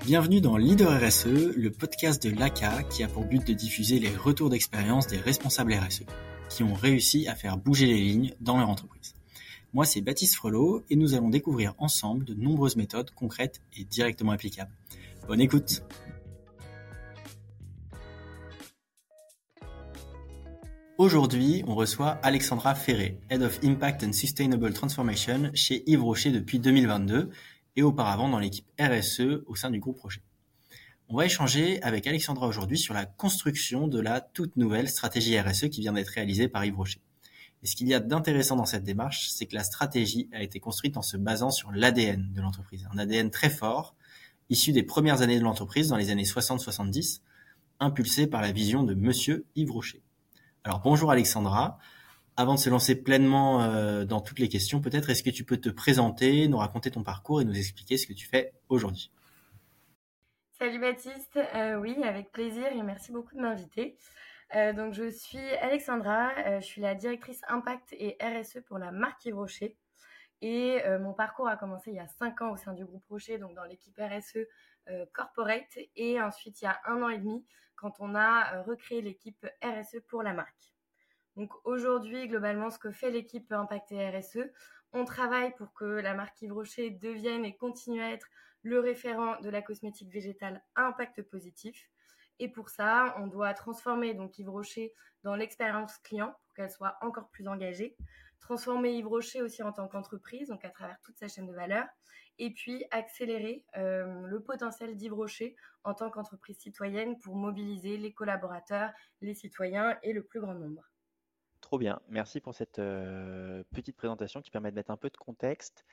Bienvenue dans Leader RSE, le podcast de l'ACA qui a pour but de diffuser les retours d'expérience des responsables RSE qui ont réussi à faire bouger les lignes dans leur entreprise. Moi, c'est Baptiste Frelot et nous allons découvrir ensemble de nombreuses méthodes concrètes et directement applicables. Bonne écoute! Aujourd'hui, on reçoit Alexandra Ferré, Head of Impact and Sustainable Transformation chez Yves Rocher depuis 2022 et auparavant dans l'équipe RSE au sein du groupe Rocher. On va échanger avec Alexandra aujourd'hui sur la construction de la toute nouvelle stratégie RSE qui vient d'être réalisée par Yves Rocher. Et ce qu'il y a d'intéressant dans cette démarche, c'est que la stratégie a été construite en se basant sur l'ADN de l'entreprise. Un ADN très fort, issu des premières années de l'entreprise dans les années 60-70, impulsé par la vision de monsieur Yves Rocher. Alors bonjour Alexandra, avant de se lancer pleinement dans toutes les questions, peut-être est-ce que tu peux te présenter, nous raconter ton parcours et nous expliquer ce que tu fais aujourd'hui. Salut Baptiste, oui avec plaisir et merci beaucoup de m'inviter. Donc je suis Alexandra, je suis la directrice Impact et RSE pour la marque Yves Rocher et mon parcours a commencé il y a 5 ans au sein du groupe Rocher, donc dans l'équipe RSE Corporate et ensuite il y a 1 an et demi quand on a recréé l'équipe RSE pour la marque. Donc aujourd'hui, globalement, ce que fait l'équipe Impact et RSE, on travaille pour que la marque Yves Rocher devienne et continue à être le référent de la cosmétique végétale à impact positif. Et pour ça, on doit transformer donc Yves Rocher dans l'expérience client pour qu'elle soit encore plus engagée, transformer Yves Rocher aussi en tant qu'entreprise, donc à travers toute sa chaîne de valeur, et puis accélérer le potentiel d'Yves Rocher en tant qu'entreprise citoyenne pour mobiliser les collaborateurs, les citoyens et le plus grand nombre. Trop bien, merci pour cette petite présentation qui permet de mettre un peu de contexte.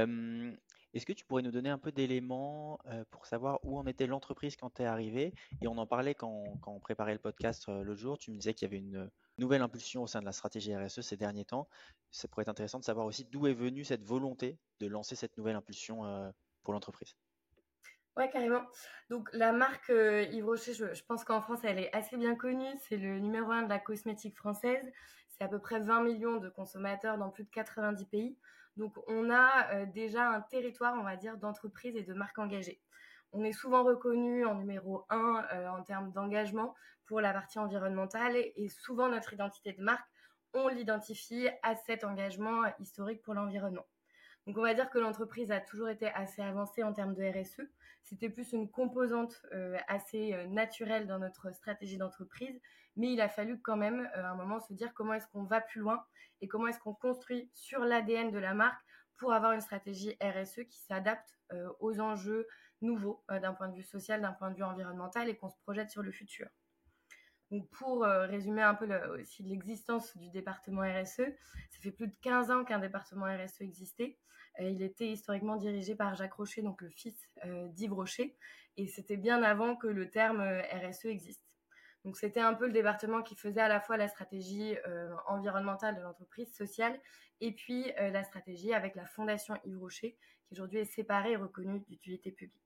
Est-ce que tu pourrais nous donner un peu d'éléments pour savoir où en était l'entreprise quand tu es arrivé? Et on en parlait quand on préparait le podcast l'autre jour, tu me disais qu'il y avait une nouvelle impulsion au sein de la stratégie RSE ces derniers temps. Ça pourrait être intéressant de savoir aussi d'où est venue cette volonté de lancer cette nouvelle impulsion pour l'entreprise. Ouais, carrément. Donc la marque Yves Rocher, je pense qu'en France, elle est assez bien connue. C'est le numéro 1 de la cosmétique française. C'est à peu près 20 millions de consommateurs dans plus de 90 pays. Donc on a déjà un territoire, on va dire, d'entreprises et de marques engagées. On est souvent reconnu en numéro 1 en termes d'engagement pour la partie environnementale et souvent notre identité de marque, on l'identifie à cet engagement historique pour l'environnement. Donc on va dire que l'entreprise a toujours été assez avancée en termes de RSE. C'était plus une composante assez naturelle dans notre stratégie d'entreprise, mais il a fallu quand même à un moment se dire comment est-ce qu'on va plus loin et comment est-ce qu'on construit sur l'ADN de la marque pour avoir une stratégie RSE qui s'adapte aux enjeux nouveaux d'un point de vue social, d'un point de vue environnemental et qu'on se projette sur le futur. Donc pour résumer un peu aussi l'existence du département RSE, ça fait plus de 15 ans qu'un département RSE existait. Il était historiquement dirigé par Jacques Rocher, donc le fils d'Yves Rocher, et c'était bien avant que le terme RSE existe. Donc c'était un peu le département qui faisait à la fois la stratégie environnementale de l'entreprise sociale et puis la stratégie avec la fondation Yves Rocher, qui aujourd'hui est séparée et reconnue d'utilité publique.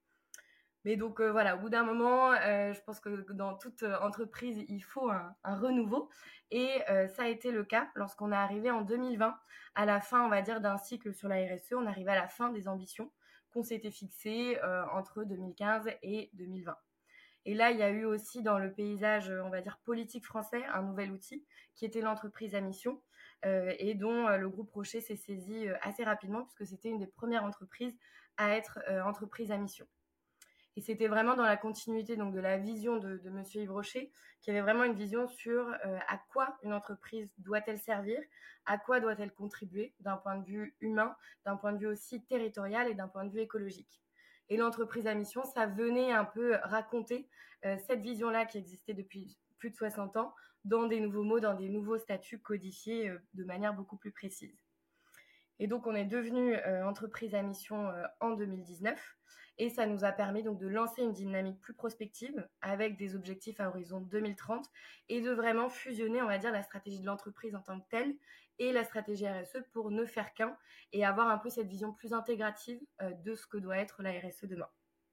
Mais donc voilà, au bout d'un moment, je pense que dans toute entreprise, il faut un renouveau. Et ça a été le cas lorsqu'on est arrivé en 2020, à la fin, on va dire, d'un cycle sur la RSE. On arrivait à la fin des ambitions qu'on s'était fixées entre 2015 et 2020. Et là, il y a eu aussi dans le paysage, on va dire, politique français, un nouvel outil qui était l'entreprise à mission et dont le groupe Rocher s'est saisi assez rapidement puisque c'était une des premières entreprises à être entreprise à mission. Et c'était vraiment dans la continuité donc, de la vision de monsieur Yves Rocher, qui avait vraiment une vision sur à quoi une entreprise doit-elle servir, à quoi doit-elle contribuer d'un point de vue humain, d'un point de vue aussi territorial et d'un point de vue écologique. Et l'entreprise à mission, ça venait un peu raconter cette vision-là qui existait depuis plus de 60 ans dans des nouveaux mots, dans des nouveaux statuts codifiés de manière beaucoup plus précise. Et donc, on est devenu entreprise à mission en 2019 et ça nous a permis donc de lancer une dynamique plus prospective avec des objectifs à horizon 2030 et de vraiment fusionner, on va dire, la stratégie de l'entreprise en tant que telle et la stratégie RSE pour ne faire qu'un et avoir un peu cette vision plus intégrative de ce que doit être la RSE demain.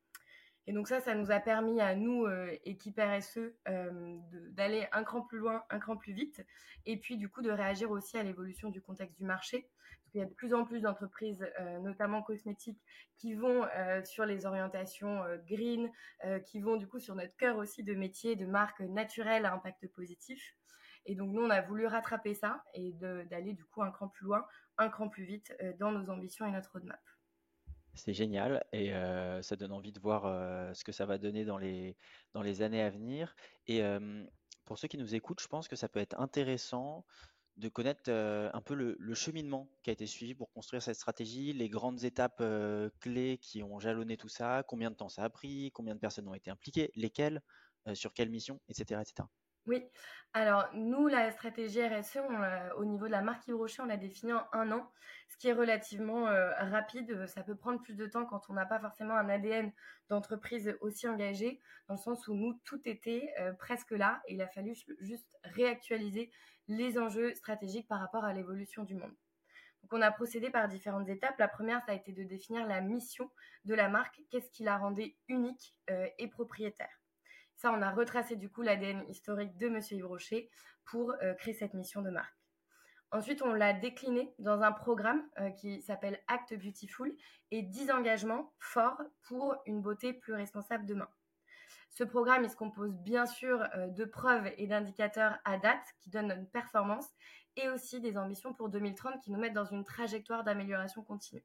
Et donc ça nous a permis à nous, équipe RSE, d'aller un cran plus loin, un cran plus vite, et puis du coup de réagir aussi à l'évolution du contexte du marché. parce qu'il y a de plus en plus d'entreprises, notamment cosmétiques, qui vont sur les orientations green, qui vont du coup sur notre cœur aussi de métier, de marque naturelle à impact positif. Et donc nous, on a voulu rattraper ça et d'aller du coup un cran plus loin, un cran plus vite dans nos ambitions et notre roadmap. C'est génial et ça donne envie de voir ce que ça va donner dans les années à venir. Et pour ceux qui nous écoutent, je pense que ça peut être intéressant de connaître un peu le cheminement qui a été suivi pour construire cette stratégie, les grandes étapes clés qui ont jalonné tout ça, combien de temps ça a pris, combien de personnes ont été impliquées, lesquelles, sur quelle mission, etc., etc. Oui, alors nous, la stratégie RSE, au niveau de la marque Yves Rocher, on l'a définie en 1 an, ce qui est relativement rapide. Ça peut prendre plus de temps quand on n'a pas forcément un ADN d'entreprise aussi engagé, dans le sens où nous, tout était presque là et il a fallu juste réactualiser les enjeux stratégiques par rapport à l'évolution du monde. Donc on a procédé par différentes étapes. La première, ça a été de définir la mission de la marque, qu'est-ce qui la rendait unique et propriétaire. Ça, on a retracé du coup l'ADN historique de Monsieur Yves Rocher pour créer cette mission de marque. Ensuite, on l'a décliné dans un programme qui s'appelle Act Beautiful et 10 engagements forts pour une beauté plus responsable demain. Ce programme, il se compose bien sûr de preuves et d'indicateurs à date qui donnent une performance et aussi des ambitions pour 2030 qui nous mettent dans une trajectoire d'amélioration continue.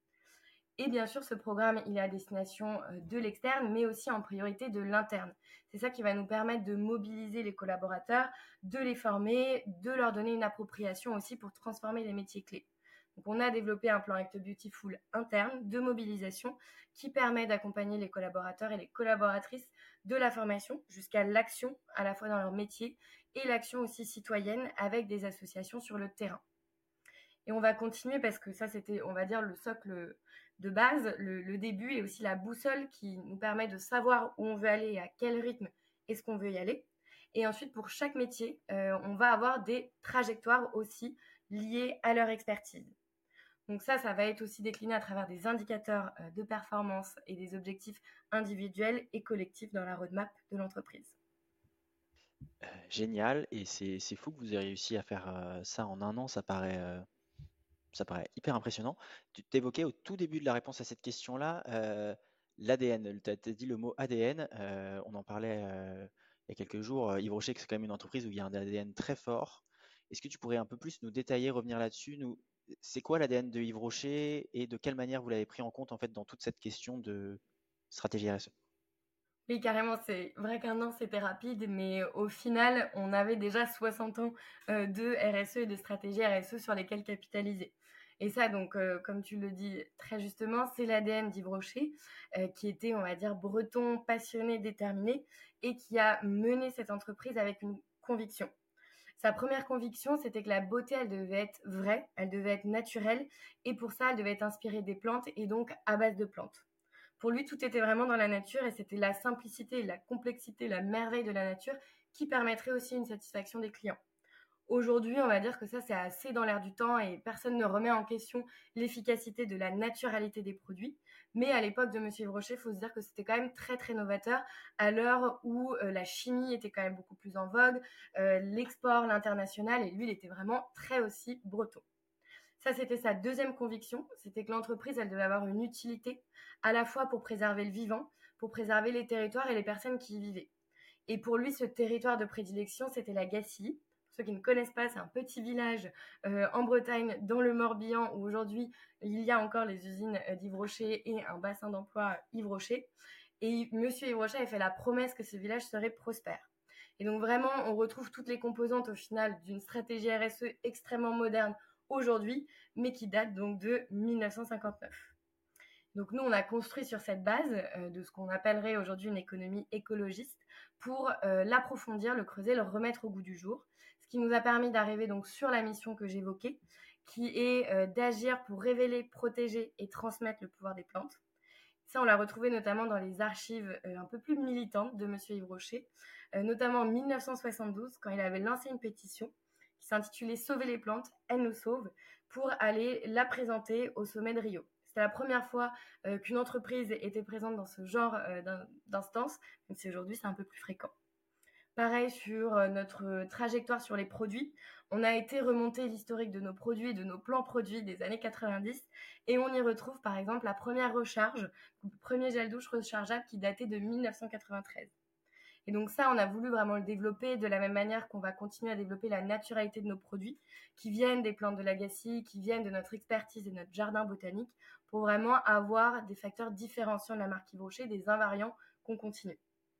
Et bien sûr, ce programme, il est à destination de l'externe, mais aussi en priorité de l'interne. C'est ça qui va nous permettre de mobiliser les collaborateurs, de les former, de leur donner une appropriation aussi pour transformer les métiers clés. Donc, on a développé un plan Act Beautiful interne de mobilisation qui permet d'accompagner les collaborateurs et les collaboratrices de la formation jusqu'à l'action, à la fois dans leur métier et l'action aussi citoyenne avec des associations sur le terrain. Et on va continuer parce que ça, c'était, on va dire, le socle de base, le début et aussi la boussole qui nous permet de savoir où on veut aller et à quel rythme est-ce qu'on veut y aller. Et ensuite, pour chaque métier, on va avoir des trajectoires aussi liées à leur expertise. Donc ça va être aussi décliné à travers des indicateurs de performance et des objectifs individuels et collectifs dans la roadmap de l'entreprise. Génial, et c'est fou que vous ayez réussi à faire ça en 1 an, ça paraît hyper impressionnant. Tu t'évoquais au tout début de la réponse à cette question-là, l'ADN. Tu as dit le mot ADN, on en parlait il y a quelques jours. Yves Rocher, c'est quand même une entreprise où il y a un ADN très fort. Est-ce que tu pourrais un peu plus nous détailler, revenir là-dessus? C'est quoi l'ADN de Yves Rocher et de quelle manière vous l'avez pris en compte en fait dans toute cette question de stratégie RSE? Oui, carrément, c'est vrai qu'1 an, c'était rapide, mais au final, on avait déjà 60 ans de RSE et de stratégie RSE sur lesquelles capitaliser. Et ça, donc, comme tu le dis très justement, c'est l'ADN d'Yves Rocher, qui était, on va dire, breton, passionné, déterminé, et qui a mené cette entreprise avec une conviction. Sa première conviction, c'était que la beauté, elle devait être vraie, elle devait être naturelle, et pour ça, elle devait être inspirée des plantes, et donc à base de plantes. Pour lui, tout était vraiment dans la nature et c'était la simplicité, la complexité, la merveille de la nature qui permettrait aussi une satisfaction des clients. Aujourd'hui, on va dire que ça, c'est assez dans l'air du temps et personne ne remet en question l'efficacité de la naturalité des produits. Mais à l'époque de Monsieur Yves Rocher, il faut se dire que c'était quand même très, très novateur à l'heure où la chimie était quand même beaucoup plus en vogue, l'export, l'international, et lui, il était vraiment très aussi breton. Ça, c'était sa deuxième conviction, c'était que l'entreprise, elle devait avoir une utilité à la fois pour préserver le vivant, pour préserver les territoires et les personnes qui y vivaient. Et pour lui, ce territoire de prédilection, c'était la Gacilly. Pour ceux qui ne connaissent pas, c'est un petit village en Bretagne, dans le Morbihan, où aujourd'hui, il y a encore les usines d'Yves Rocher et un bassin d'emploi Yves Rocher. Et Monsieur Yves Rocher avait fait la promesse que ce village serait prospère. Et donc vraiment, on retrouve toutes les composantes au final d'une stratégie RSE extrêmement moderne aujourd'hui, mais qui date donc de 1959. Donc nous, on a construit sur cette base de ce qu'on appellerait aujourd'hui une économie écologiste pour l'approfondir, le creuser, le remettre au goût du jour, ce qui nous a permis d'arriver donc sur la mission que j'évoquais, qui est d'agir pour révéler, protéger et transmettre le pouvoir des plantes. Ça, on l'a retrouvé notamment dans les archives un peu plus militantes de Monsieur Yves Rocher, notamment en 1972, quand il avait lancé une pétition qui s'intitulait « Sauver les plantes, elles nous sauvent » pour aller la présenter au sommet de Rio. C'était la première fois qu'une entreprise était présente dans ce genre d'instance, même si aujourd'hui c'est un peu plus fréquent. Pareil sur notre trajectoire sur les produits. On a été remonter l'historique de nos produits, de nos plans produits des années 90 et on y retrouve par exemple la première recharge, le premier gel douche rechargeable qui datait de 1993. Et donc ça, on a voulu vraiment le développer de la même manière qu'on va continuer à développer la naturalité de nos produits qui viennent des plantes de l'agacie, qui viennent de notre expertise et de notre jardin botanique pour vraiment avoir des facteurs différenciants de la marque Yves Rocher, des invariants qu'on continue.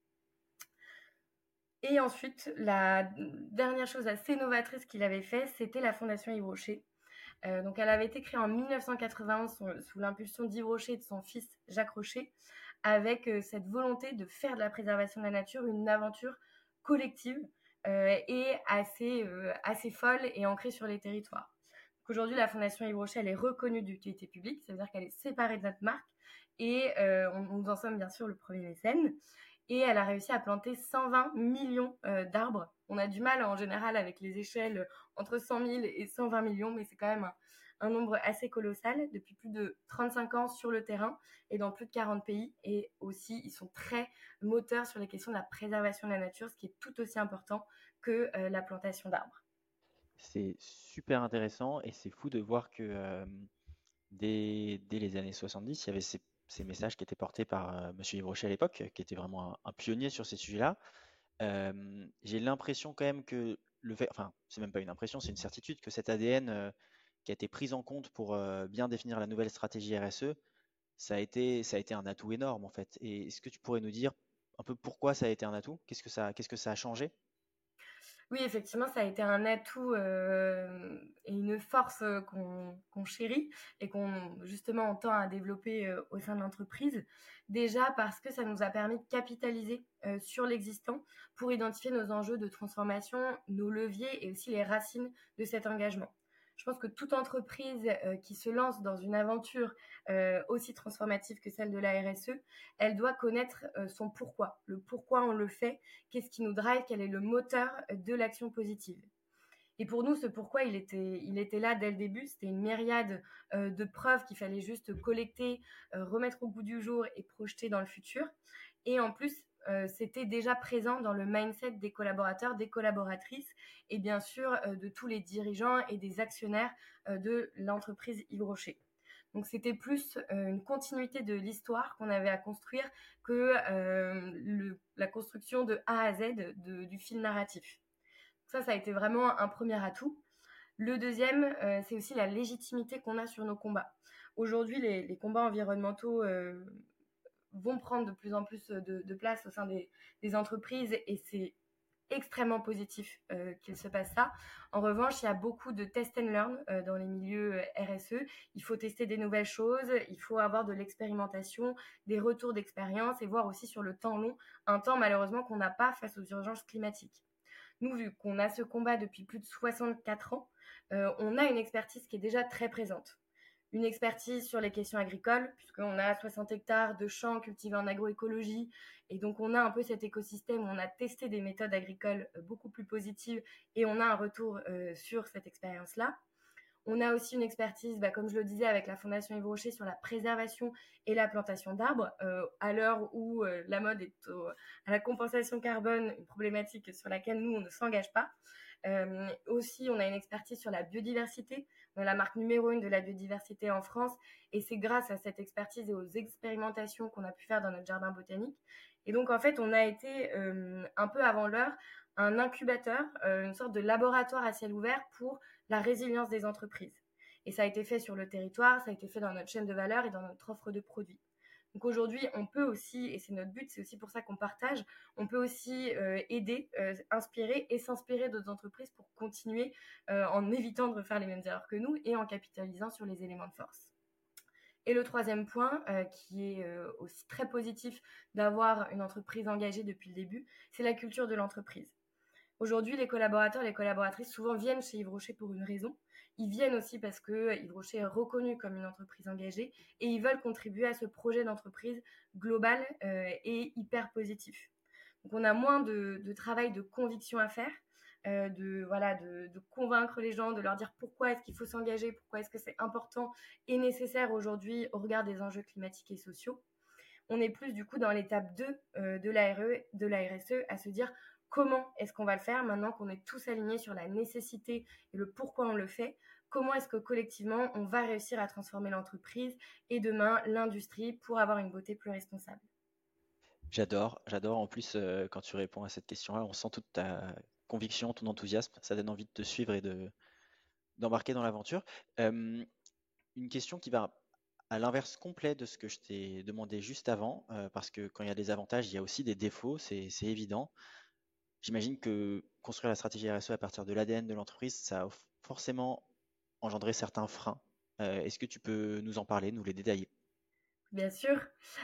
Et ensuite, la dernière chose assez novatrice qu'il avait fait, c'était la Fondation Yves Rocher. Donc elle avait été créée en 1991 sous l'impulsion d'Yves Rocher et de son fils Jacques Rocher, avec cette volonté de faire de la préservation de la nature une aventure collective et assez folle et ancrée sur les territoires. Donc aujourd'hui, la Fondation Yves Rocher, elle est reconnue d'utilité publique, ça veut dire qu'elle est séparée de notre marque et nous en sommes bien sûr le premier mécène. Et elle a réussi à planter 120 millions d'arbres. On a du mal en général avec les échelles entre 100 000 et 120 millions, mais c'est quand même un nombre assez colossal depuis plus de 35 ans sur le terrain et dans plus de 40 pays. Et aussi, ils sont très moteurs sur les questions de la préservation de la nature, ce qui est tout aussi important que la plantation d'arbres. C'est super intéressant et c'est fou de voir que dès les années 70, il y avait ces messages qui étaient portés par Monsieur Yves Rocher à l'époque, qui était vraiment un pionnier sur ces sujets-là. J'ai l'impression quand même que enfin, c'est même pas une impression, c'est une certitude que cet ADN qui a été pris en compte pour bien définir la nouvelle stratégie RSE, ça a été un atout énorme en fait. Et est-ce que tu pourrais nous dire un peu pourquoi ça a été un atout? Qu'est-ce que ça a changé? Oui, effectivement, ça a été un atout et une force qu'on chérit et qu'on justement on tend à développer au sein de l'entreprise. Déjà parce que ça nous a permis de capitaliser sur l'existant pour identifier nos enjeux de transformation, nos leviers et aussi les racines de cet engagement. Je pense que toute entreprise qui se lance dans une aventure aussi transformative que celle de la RSE, elle doit connaître son pourquoi, le pourquoi on le fait, qu'est-ce qui nous drive, quel est le moteur de l'action positive. Et pour nous, ce pourquoi, il était là dès le début. C'était une myriade de preuves qu'il fallait juste collecter, remettre au goût du jour et projeter dans le futur. Et en plus, c'était déjà présent dans le mindset des collaborateurs, des collaboratrices et bien sûr de tous les dirigeants et des actionnaires de l'entreprise Yves Rocher. Donc c'était plus une continuité de l'histoire qu'on avait à construire que la construction de A à Z du fil narratif. Ça a été vraiment un premier atout. Le deuxième, c'est aussi la légitimité qu'on a sur nos combats. Aujourd'hui, les combats environnementaux vont prendre de plus en plus de place au sein des entreprises et c'est extrêmement positif qu'il se passe ça. En revanche, il y a beaucoup de test and learn dans les milieux RSE. Il faut tester des nouvelles choses, il faut avoir de l'expérimentation, des retours d'expérience et voir aussi sur le temps long, un temps malheureusement qu'on n'a pas face aux urgences climatiques. Nous, vu qu'on a ce combat depuis plus de 64 ans, on a une expertise qui est déjà très présente. Une expertise sur les questions agricoles, puisqu'on a 60 hectares de champs cultivés en agroécologie, et donc on a un peu cet écosystème où on a testé des méthodes agricoles beaucoup plus positives, et on a un retour sur cette expérience-là. On a aussi une expertise, comme je le disais, avec la Fondation Yves Rocher sur la préservation et la plantation d'arbres, à l'heure où la mode est à la compensation carbone, une problématique sur laquelle nous, on ne s'engage pas. Aussi, on a une expertise sur la biodiversité. On est la marque numéro 1 de la biodiversité en France et c'est grâce à cette expertise et aux expérimentations qu'on a pu faire dans notre jardin botanique. Et donc, en fait, on a été un peu avant l'heure un incubateur, une sorte de laboratoire à ciel ouvert pour la résilience des entreprises. Et ça a été fait sur le territoire, ça a été fait dans notre chaîne de valeur et dans notre offre de produits. Donc aujourd'hui, on peut aussi, et c'est notre but, c'est aussi pour ça qu'on partage, on peut aussi aider, inspirer et s'inspirer d'autres entreprises pour continuer en évitant de refaire les mêmes erreurs que nous et en capitalisant sur les éléments de force. Et le troisième point, qui est aussi très positif d'avoir une entreprise engagée depuis le début, c'est la culture de l'entreprise. Aujourd'hui, les collaborateurs et les collaboratrices souvent viennent chez Yves Rocher pour une raison. Ils viennent aussi parce que Yves Rocher est reconnu comme une entreprise engagée et ils veulent contribuer à ce projet d'entreprise global et hyper positif. Donc on a moins de travail de conviction à faire, de convaincre les gens, de leur dire pourquoi est-ce qu'il faut s'engager, pourquoi est-ce que c'est important et nécessaire aujourd'hui au regard des enjeux climatiques et sociaux. On est plus du coup dans l'étape 2 de la RSE à se dire comment est-ce qu'on va le faire maintenant qu'on est tous alignés sur la nécessité et le pourquoi on le fait? Comment est-ce que collectivement, on va réussir à transformer l'entreprise et demain l'industrie pour avoir une beauté plus responsable? J'adore, j'adore. En plus, quand tu réponds à cette question-là, on sent toute ta conviction, ton enthousiasme. Ça donne envie de te suivre et d'embarquer dans l'aventure. Une question qui va à l'inverse complet de ce que je t'ai demandé juste avant, parce que quand il y a des avantages, il y a aussi des défauts, c'est évident. J'imagine que construire la stratégie RSE à partir de l'ADN de l'entreprise, ça a forcément engendré certains freins. Est-ce que tu peux nous en parler, nous les détailler? Bien sûr.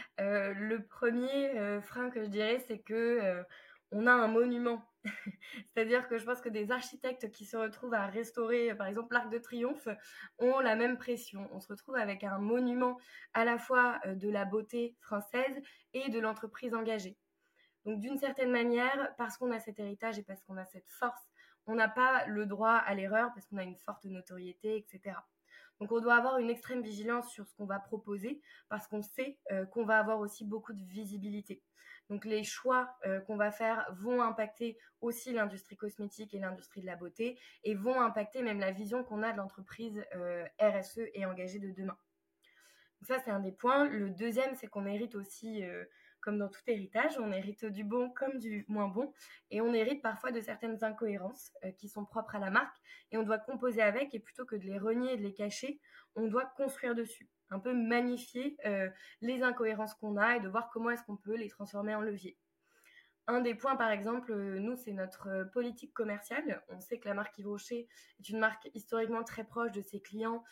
Le premier frein que je dirais, c'est que on a un monument. C'est-à-dire que je pense que des architectes qui se retrouvent à restaurer, par exemple, l'Arc de Triomphe, ont la même pression. On se retrouve avec un monument à la fois de la beauté française et de l'entreprise engagée. Donc, d'une certaine manière, parce qu'on a cet héritage et parce qu'on a cette force, on n'a pas le droit à l'erreur parce qu'on a une forte notoriété, etc. Donc, on doit avoir une extrême vigilance sur ce qu'on va proposer parce qu'on sait qu'on va avoir aussi beaucoup de visibilité. Donc, les choix qu'on va faire vont impacter aussi l'industrie cosmétique et l'industrie de la beauté et vont impacter même la vision qu'on a de l'entreprise RSE et engagée de demain. Donc ça, c'est un des points. Le deuxième, c'est qu'on hérite aussi, comme dans tout héritage, on hérite du bon comme du moins bon. Et on hérite parfois de certaines incohérences qui sont propres à la marque. Et on doit composer avec. Et plutôt que de les renier et de les cacher, on doit construire dessus. Un peu magnifier les incohérences qu'on a et de voir comment est-ce qu'on peut les transformer en levier. Un des points, par exemple, nous, c'est notre politique commerciale. On sait que la marque Yves Rocher est une marque historiquement très proche de ses clients,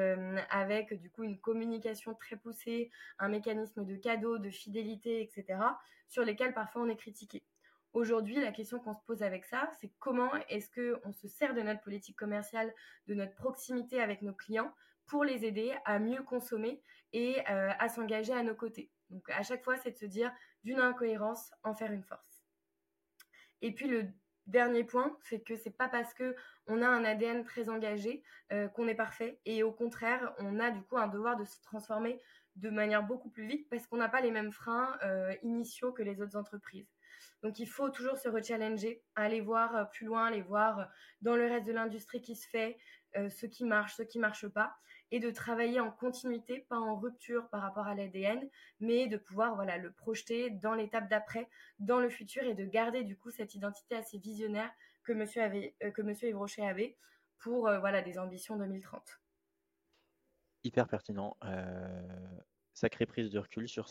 avec du coup une communication très poussée, un mécanisme de cadeaux, de fidélité, etc., sur lesquels parfois on est critiqué. Aujourd'hui, la question qu'on se pose avec ça, c'est comment est-ce qu'on se sert de notre politique commerciale, de notre proximité avec nos clients pour les aider à mieux consommer et à s'engager à nos côtés. Donc à chaque fois, c'est de se dire d'une incohérence, en faire une force. Et puis le dernier point, c'est que c'est pas parce que on a un ADN très engagé qu'on est parfait. Et au contraire, on a du coup un devoir de se transformer de manière beaucoup plus vite parce qu'on n'a pas les mêmes freins initiaux que les autres entreprises. Donc il faut toujours se rechallenger, aller voir plus loin, aller voir dans le reste de l'industrie qui se fait, ce qui marche, ce qui marche pas, et de travailler en continuité, pas en rupture par rapport à l'ADN, mais de pouvoir voilà, le projeter dans l'étape d'après, dans le futur, et de garder du coup cette identité assez visionnaire que monsieur Yves Rocher avait pour voilà, des ambitions 2030. Hyper pertinent. Sacrée prise de recul sur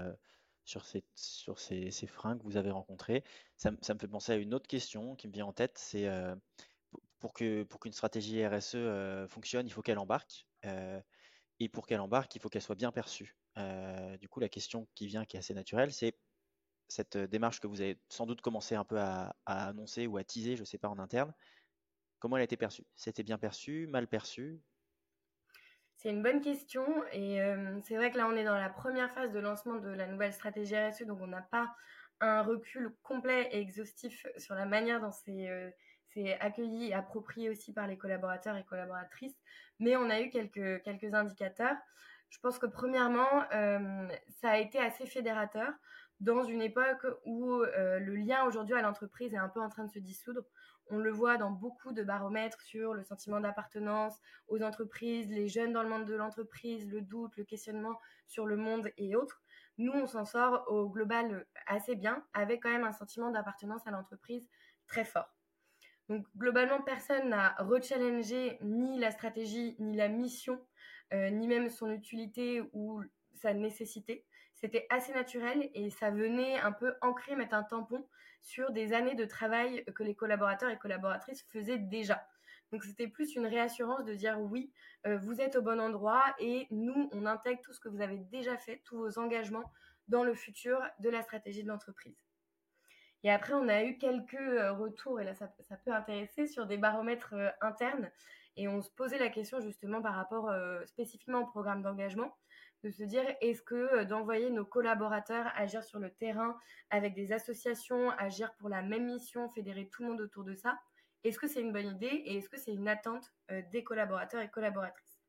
ces freins que vous avez rencontrés. Ça me fait penser à une autre question qui me vient en tête, c'est pour qu'une stratégie RSE fonctionne, il faut qu'elle embarque. Et pour qu'elle embarque, il faut qu'elle soit bien perçue. Du coup, la question qui vient, qui est assez naturelle, c'est cette démarche que vous avez sans doute commencé un peu à annoncer ou à teaser, je ne sais pas, en interne. Comment elle a été perçue? C'était bien perçu, mal perçu? C'est une bonne question et c'est vrai que là on est dans la première phase de lancement de la nouvelle stratégie RSE, donc on n'a pas un recul complet et exhaustif sur la manière dont c'est accueilli et approprié aussi par les collaborateurs et collaboratrices, mais on a eu quelques indicateurs. Je pense que premièrement, ça a été assez fédérateur dans une époque où le lien aujourd'hui à l'entreprise est un peu en train de se dissoudre. On le voit dans beaucoup de baromètres sur le sentiment d'appartenance aux entreprises, les jeunes dans le monde de l'entreprise, le doute, le questionnement sur le monde et autres. Nous, on s'en sort au global assez bien, avec quand même un sentiment d'appartenance à l'entreprise très fort. Donc globalement, personne n'a rechallengé ni la stratégie, ni la mission, ni même son utilité ou sa nécessité. C'était assez naturel et ça venait un peu ancrer, mettre un tampon sur des années de travail que les collaborateurs et collaboratrices faisaient déjà. Donc c'était plus une réassurance de dire oui, vous êtes au bon endroit et nous, on intègre tout ce que vous avez déjà fait, tous vos engagements dans le futur de la stratégie de l'entreprise. Et après, on a eu quelques retours, et là, ça peut intéresser, sur des baromètres internes. Et on se posait la question justement par rapport spécifiquement au programme d'engagement, de se dire, est-ce que d'envoyer nos collaborateurs agir sur le terrain avec des associations, agir pour la même mission, fédérer tout le monde autour de ça, est-ce que c'est une bonne idée et est-ce que c'est une attente des collaborateurs et collaboratrices?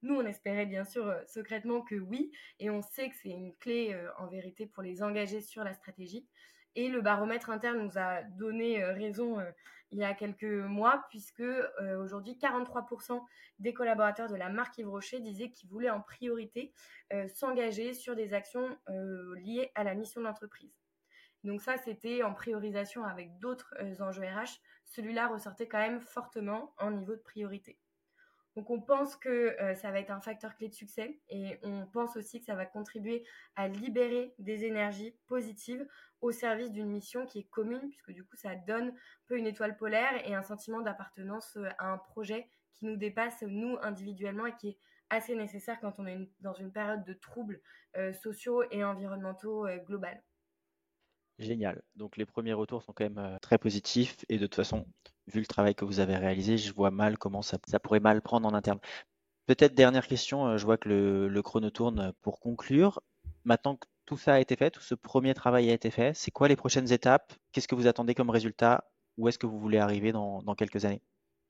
Nous, on espérait bien sûr secrètement que oui, et on sait que c'est une clé en vérité pour les engager sur la stratégie. Et le baromètre interne nous a donné raison il y a quelques mois, puisque aujourd'hui, 43% des collaborateurs de la marque Yves Rocher disaient qu'ils voulaient en priorité s'engager sur des actions liées à la mission de l'entreprise. Donc ça, c'était en priorisation avec d'autres enjeux RH. Celui-là ressortait quand même fortement en niveau de priorité. Donc on pense que ça va être un facteur clé de succès et on pense aussi que ça va contribuer à libérer des énergies positives au service d'une mission qui est commune, puisque du coup ça donne un peu une étoile polaire et un sentiment d'appartenance à un projet qui nous dépasse nous individuellement et qui est assez nécessaire quand on est dans une période de troubles sociaux et environnementaux globales. Génial. Donc les premiers retours sont quand même très positifs et de toute façon, vu le travail que vous avez réalisé, je vois mal comment ça pourrait mal prendre en interne. Peut-être dernière question, je vois que le chrono tourne pour conclure. Maintenant que tout ça a été fait, tout ce premier travail a été fait, c'est quoi les prochaines étapes? Qu'est-ce que vous attendez comme résultat? Où est-ce que vous voulez arriver dans quelques années?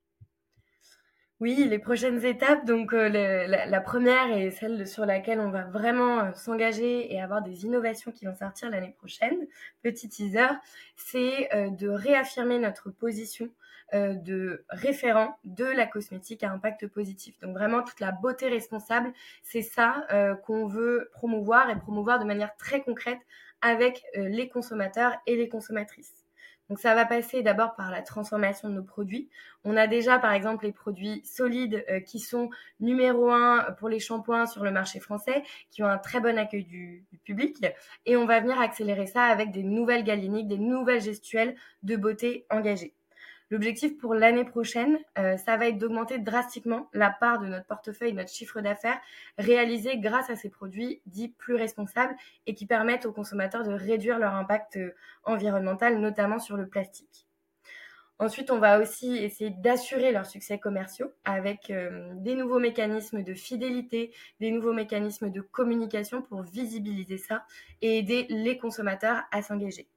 Oui, les prochaines étapes, donc la première et celle sur laquelle on va vraiment s'engager et avoir des innovations qui vont sortir l'année prochaine, petit teaser, c'est de réaffirmer notre position de référent de la cosmétique à impact positif. Donc vraiment toute la beauté responsable, c'est ça qu'on veut promouvoir et promouvoir de manière très concrète avec les consommateurs et les consommatrices. Donc ça va passer d'abord par la transformation de nos produits. On a déjà par exemple les produits solides qui sont numéro 1 pour les shampoings sur le marché français, qui ont un très bon accueil du public. Et on va venir accélérer ça avec des nouvelles galéniques, des nouvelles gestuelles de beauté engagées. L'objectif pour l'année prochaine, ça va être d'augmenter drastiquement la part de notre portefeuille, notre chiffre d'affaires réalisé grâce à ces produits dits plus responsables et qui permettent aux consommateurs de réduire leur impact environnemental, notamment sur le plastique. Ensuite, on va aussi essayer d'assurer leurs succès commerciaux avec des nouveaux mécanismes de fidélité, des nouveaux mécanismes de communication pour visibiliser ça et aider les consommateurs à s'engager.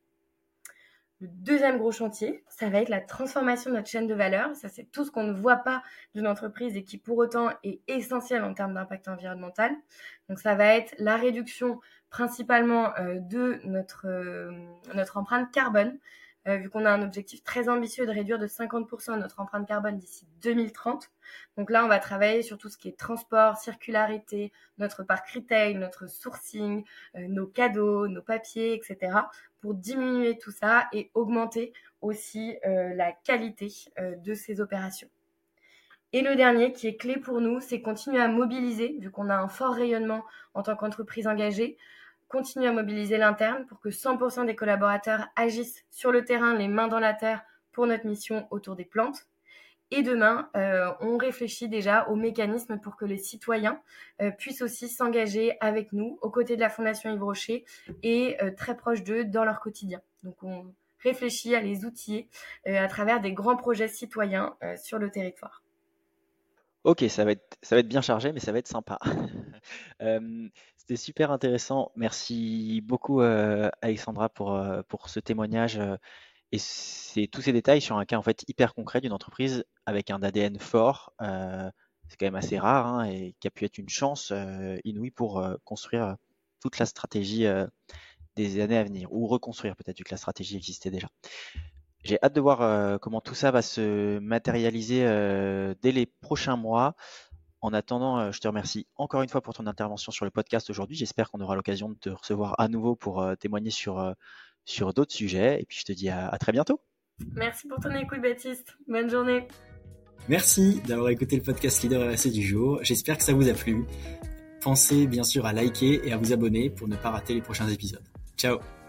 Le deuxième gros chantier, ça va être la transformation de notre chaîne de valeur. Ça, c'est tout ce qu'on ne voit pas d'une entreprise et qui, pour autant, est essentiel en termes d'impact environnemental. Donc, ça va être la réduction principalement de notre empreinte carbone, vu qu'on a un objectif très ambitieux de réduire de 50% notre empreinte carbone d'ici 2030. Donc là, on va travailler sur tout ce qui est transport, circularité, notre parc retail, notre sourcing, nos cadeaux, nos papiers, etc., pour diminuer tout ça et augmenter aussi la qualité de ces opérations. Et le dernier, qui est clé pour nous, c'est continuer à mobiliser, vu qu'on a un fort rayonnement en tant qu'entreprise engagée, continuer à mobiliser l'interne pour que 100% des collaborateurs agissent sur le terrain, les mains dans la terre, pour notre mission autour des plantes. Et demain, on réfléchit déjà aux mécanismes pour que les citoyens puissent aussi s'engager avec nous, aux côtés de la Fondation Yves Rocher et très proches d'eux dans leur quotidien. Donc, on réfléchit à les outiller à travers des grands projets citoyens sur le territoire. Ok, ça va être bien chargé, mais ça va être sympa. C'était super intéressant. Merci beaucoup, Alexandra, pour ce témoignage. Et c'est tous ces détails sur un cas en fait hyper concret d'une entreprise avec un ADN fort. C'est quand même assez rare hein, et qui a pu être une chance inouïe pour construire toute la stratégie des années à venir ou reconstruire peut-être vu que la stratégie existait déjà. J'ai hâte de voir comment tout ça va se matérialiser dès les prochains mois. En attendant, je te remercie encore une fois pour ton intervention sur le podcast aujourd'hui. J'espère qu'on aura l'occasion de te recevoir à nouveau pour témoigner sur d'autres sujets. Et puis je te dis à très bientôt. Merci pour ton écoute, Baptiste. Bonne journée. Merci d'avoir écouté le podcast Leader RSE du jour. J'espère que ça vous a plu. Pensez bien sûr à liker et à vous abonner pour ne pas rater les prochains épisodes. Ciao!